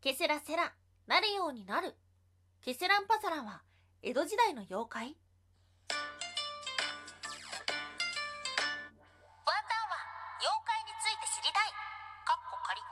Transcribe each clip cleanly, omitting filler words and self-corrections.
ケセラセラなるようになる。ケセランパサランは江戸時代の妖怪？ワンタンは妖怪について知りたい。かっこ仮。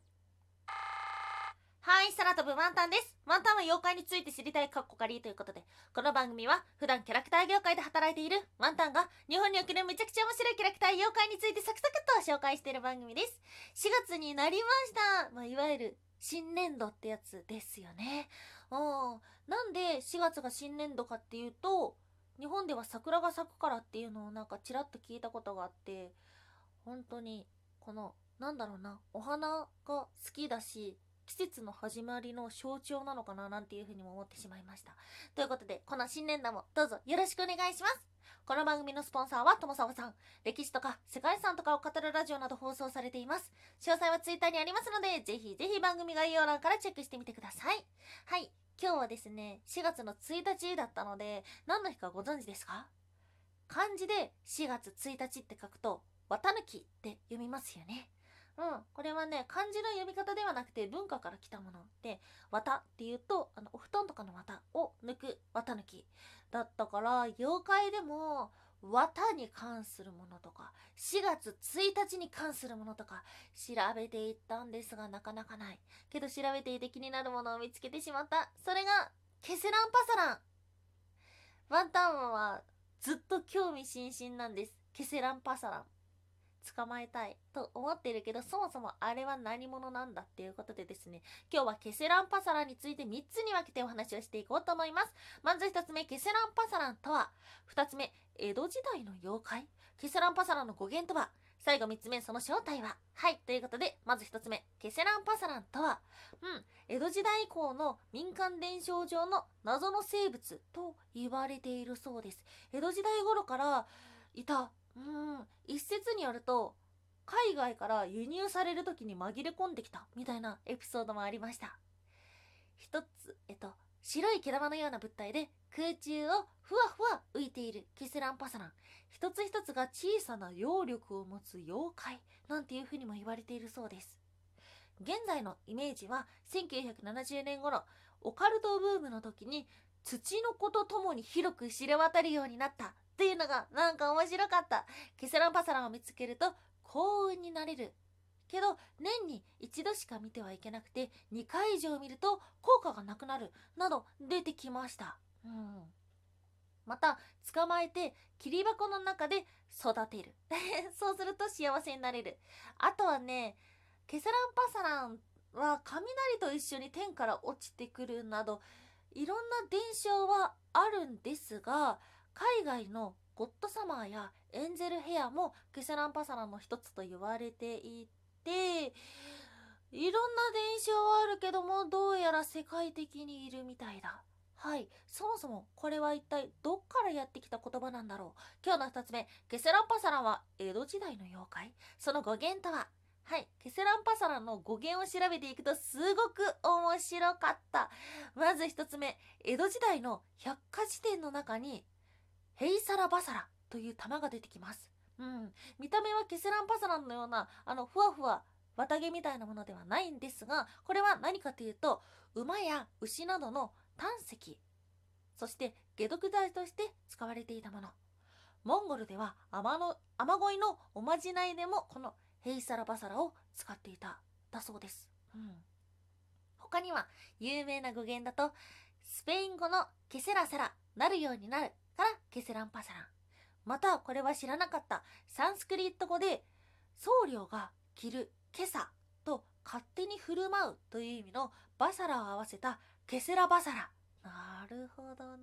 はい、空飛ぶワンタンです。ワンタンは妖怪について知りたいかっこ仮ということで、この番組は普段キャラクター業界で働いているワンタンが日本におけるめちゃくちゃ面白いキャラクター妖怪についてサクサクっと紹介している番組です。4月になりました。いわゆる新年度ってやつですよね。なんで4月が新年度かっていうと、日本では桜が咲くからっていうのをなんかちらっと聞いたことがあって、本当にこのお花が好きだし、季節の始まりの象徴なのかななんていうふうにも思ってしまいました。ということで、この新年度もどうぞよろしくお願いします。この番組のスポンサーは友沢さん。歴史とか世界遺産とかを語るラジオなど放送されています。詳細はツイッターにありますので、ぜひぜひ番組概要欄からチェックしてみてください。はい、今日はですね、4月の1日だったので、何の日かご存知ですか？漢字で4月1日って書くと、綿抜きって読みますよね。これはね、漢字の読み方ではなくて文化から来たもので、綿っていうと、お布団とかの綿を抜く綿抜きだったから、妖怪でも綿に関するものとか、4月1日に関するものとか、調べていったんですが、なかなかない。けど調べていて気になるものを見つけてしまった。それが、ケセランパサラン。ワンタンはずっと興味津々なんです。ケセランパサラン。捕まえたいと思っているけど、そもそもあれは何者なんだっていうことでですね、今日はケセランパサランについて3つに分けてお話をしていこうと思います。まず1つ目、ケセランパサランとは。2つ目、江戸時代の妖怪。ケセランパサランの語源とは。最後3つ目、その正体は。はい、ということで、まず1つ目、ケセランパサランとは、江戸時代以降の民間伝承上の謎の生物と言われているそうです。江戸時代頃からいた。一説によると、海外から輸入される時に紛れ込んできたみたいなエピソードもありました。一つ、白い毛玉のような物体で空中をふわふわ浮いているケセランパサラン。一つ一つが小さな揚力を持つ妖怪なんていう風にも言われているそうです。現在のイメージは1970年頃、オカルトブームの時に土の子とともに広く知れ渡るようになったっていうのがなんか面白かった。ケセランパサランを見つけると幸運になれるけど、年に一度しか見てはいけなくて2回以上見ると効果がなくなるなど出てきました。また捕まえて切り箱の中で育てるそうすると幸せになれる。あとはね、ケセランパサランは雷と一緒に天から落ちてくるなどいろんな伝承はあるんですが、海外のゴッドサマーやエンゼルヘアもケセランパサランの一つと言われていて、いろんな伝承はあるけども、どうやら世界的にいるみたいだ。はい、そもそもこれは一体どっからやってきた言葉なんだろう。今日の2つ目、ケセランパサランは江戸時代の妖怪。その語源とは。はい、ケセランパサランの語源を調べていくとすごく面白かった。まず1つ目、江戸時代の百科事典の中にヘイサラバサラという玉が出てきます。見た目はケセランパサランのようなふわふわ綿毛みたいなものではないんですが、これは何かというと、馬や牛などの胆石、そして解毒剤として使われていたもの。モンゴルでは雨乞いのおまじないでもこのヘイサラバサラを使っていただそうです。他には有名な語源だと、スペイン語のケセラセラ、なるようになるからケセランパサラン。またこれは知らなかった、サンスクリット語で僧侶が着るケサと勝手に振る舞うという意味のバサラを合わせたケセラバサラ。なるほど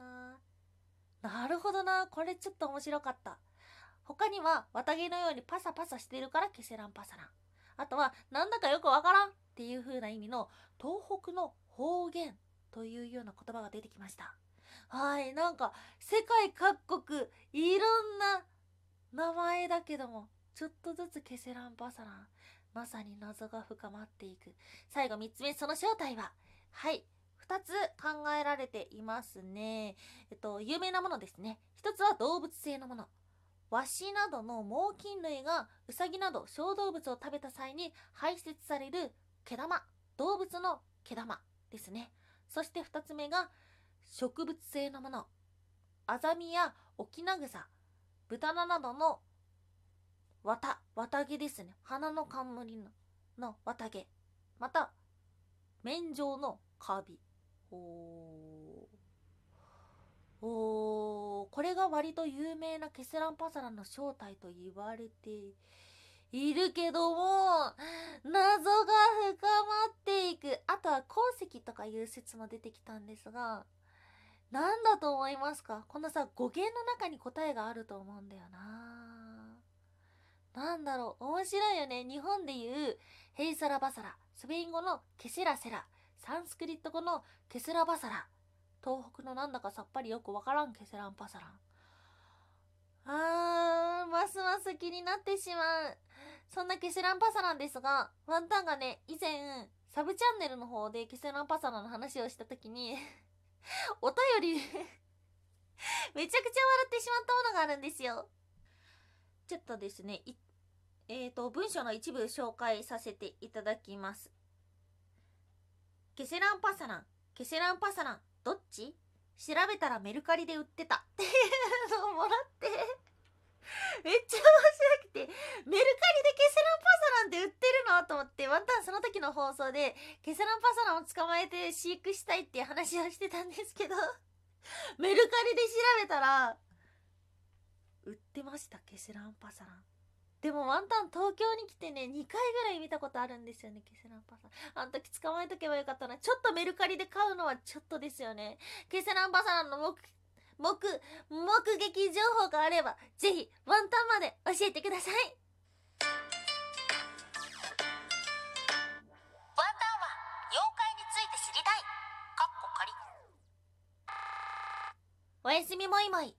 な、これちょっと面白かった。他には綿毛のようにパサパサしているからケセランパサラン。あとはなんだかよくわからんっていう風な意味の東北の方言というような言葉が出てきました。はい、なんか世界各国いろんな名前だけども、ちょっとずつケセランパサラン、まさに謎が深まっていく。最後3つ目、その正体は。はい、2つ考えられていますね。有名なものですね。1つは動物性のもの。ワシなどの猛禽類がウサギなど小動物を食べた際に排泄される毛玉、動物の毛玉ですね。そして2つ目が植物性のもの、アザミやオキナグサ、豚菜などの綿毛ですね。花の冠の綿毛、また綿状のカビ。これが割と有名なケセランパサランの正体と言われているけども、謎が深まっていく。あとは鉱石とかいう説も出てきたんですが、なんだと思いますか？このさ、語源の中に答えがあると思うんだよな。なんだろう、面白いよね。日本でいうヘイサラバサラ、スペイン語のケセラセラ、サンスクリット語のケセラバサラ、東北のなんだかさっぱりよくわからんケセランパサラン。ますます気になってしまう。そんなケセランパサランですが、ワンタンがね、以前サブチャンネルの方でケセランパサランの話をした時にお便りめちゃくちゃ笑ってしまったものがあるんですよ。ちょっとですね、文章の一部紹介させていただきます。ケセランパサラン、ケセランパサラン、どっち？調べたらメルカリで売ってたっていうのをもらってめっちゃ面白くて、メルカリでケセランパサランって売ってるのと思って、ワンタンその時の放送でケセランパサランを捕まえて飼育したいっていう話をしてたんですけどメルカリで調べたら売ってました、ケセランパサラン。でもワンタン東京に来てね、2回ぐらい見たことあるんですよね、ケセランパサラン。あの時捕まえとけばよかったな。ちょっとメルカリで買うのはちょっとですよね。ケセランパサランの目撃情報があればぜひワンタンまで教えてください。ワンタンは妖怪について知りたい。かっこ仮。おやすみもいもい。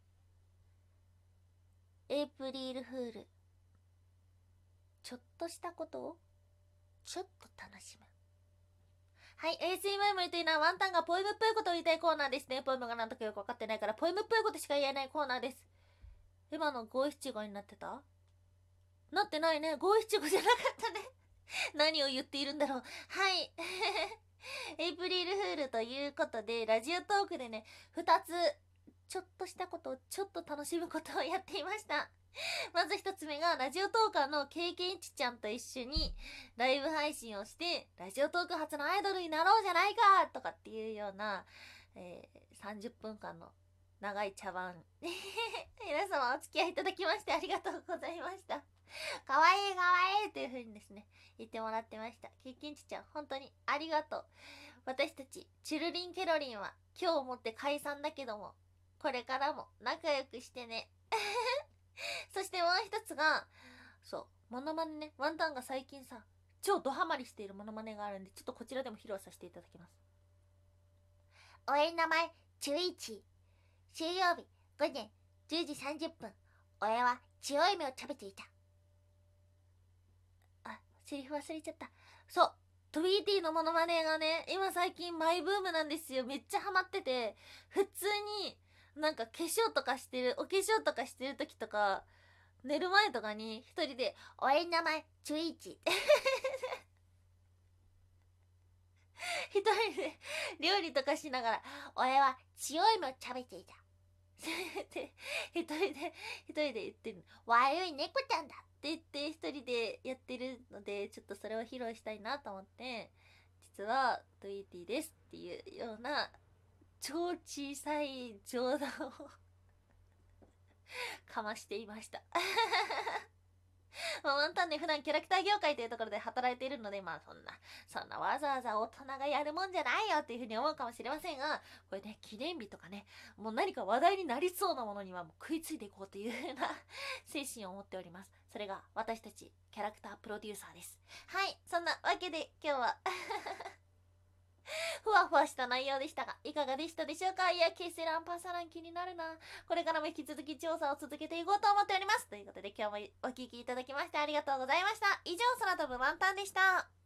エイプリルフール。ちょっとしたことをちょっと楽しむ。はい、おやすみもいもいというのはワンタンがポエムっぽいことを言いたいコーナーですね。ポエムがなんとかよくわかってないからポエムっぽいことしか言えないコーナーです。今の五七五になってた？なってないね。五七五じゃなかったね何を言っているんだろう。はいエイプリルフールということで、ラジオトークでね、2つちょっとしたことをちょっと楽しむことをやっていました。まず1つ目が、ラジオトーカーの経験値ちゃんと一緒にライブ配信をして、ラジオトーク初のアイドルになろうじゃないかとかっていうような、30分間の長い茶番皆様お付き合いいただきましてありがとうございました。かわいいかわいいという風にですね、言ってもらってました。経験値ちゃん本当にありがとう。私たちチュルリンケロリンは今日をもって解散だけども、これからも仲良くしてねそしてもう一つが、モノマネね。ワンタンが最近さ、超ドハマりしているモノマネがあるんで、ちょっとこちらでも披露させていただきます。俺の名前、チュイチ。水曜日午前10時30分、俺は強い目を食べていた。セリフ忘れちゃった。そう、トゥイーティーのモノマネがね、今最近マイブームなんですよ。めっちゃハマってて、普通になんかお化粧とかしてる時とか、寝る前とかに一人で俺の名前チュイチ一人で料理とかしながら、俺は強い目を食べていたって一人で言ってる。悪い猫ちゃんだって言って一人でやってるので、ちょっとそれを披露したいなと思って、実はトゥイーティーですっていうような超小さい冗談をかましていましたワンタンね、普段キャラクター業界というところで働いているので、そんなわざわざ大人がやるもんじゃないよっていうふうに思うかもしれませんが、これね、記念日とかね、もう何か話題になりそうなものにはもう食いついていこうというふうな精神を持っております。それが私たちキャラクタープロデューサーです。はい、そんなわけで今日はふわふわした内容でしたが、いかがでしたでしょうか？いや、ケセランパサラン気になるな。これからも引き続き調査を続けていこうと思っております。ということで今日もお聞きいただきましてありがとうございました。以上、空飛ぶワンタンでした。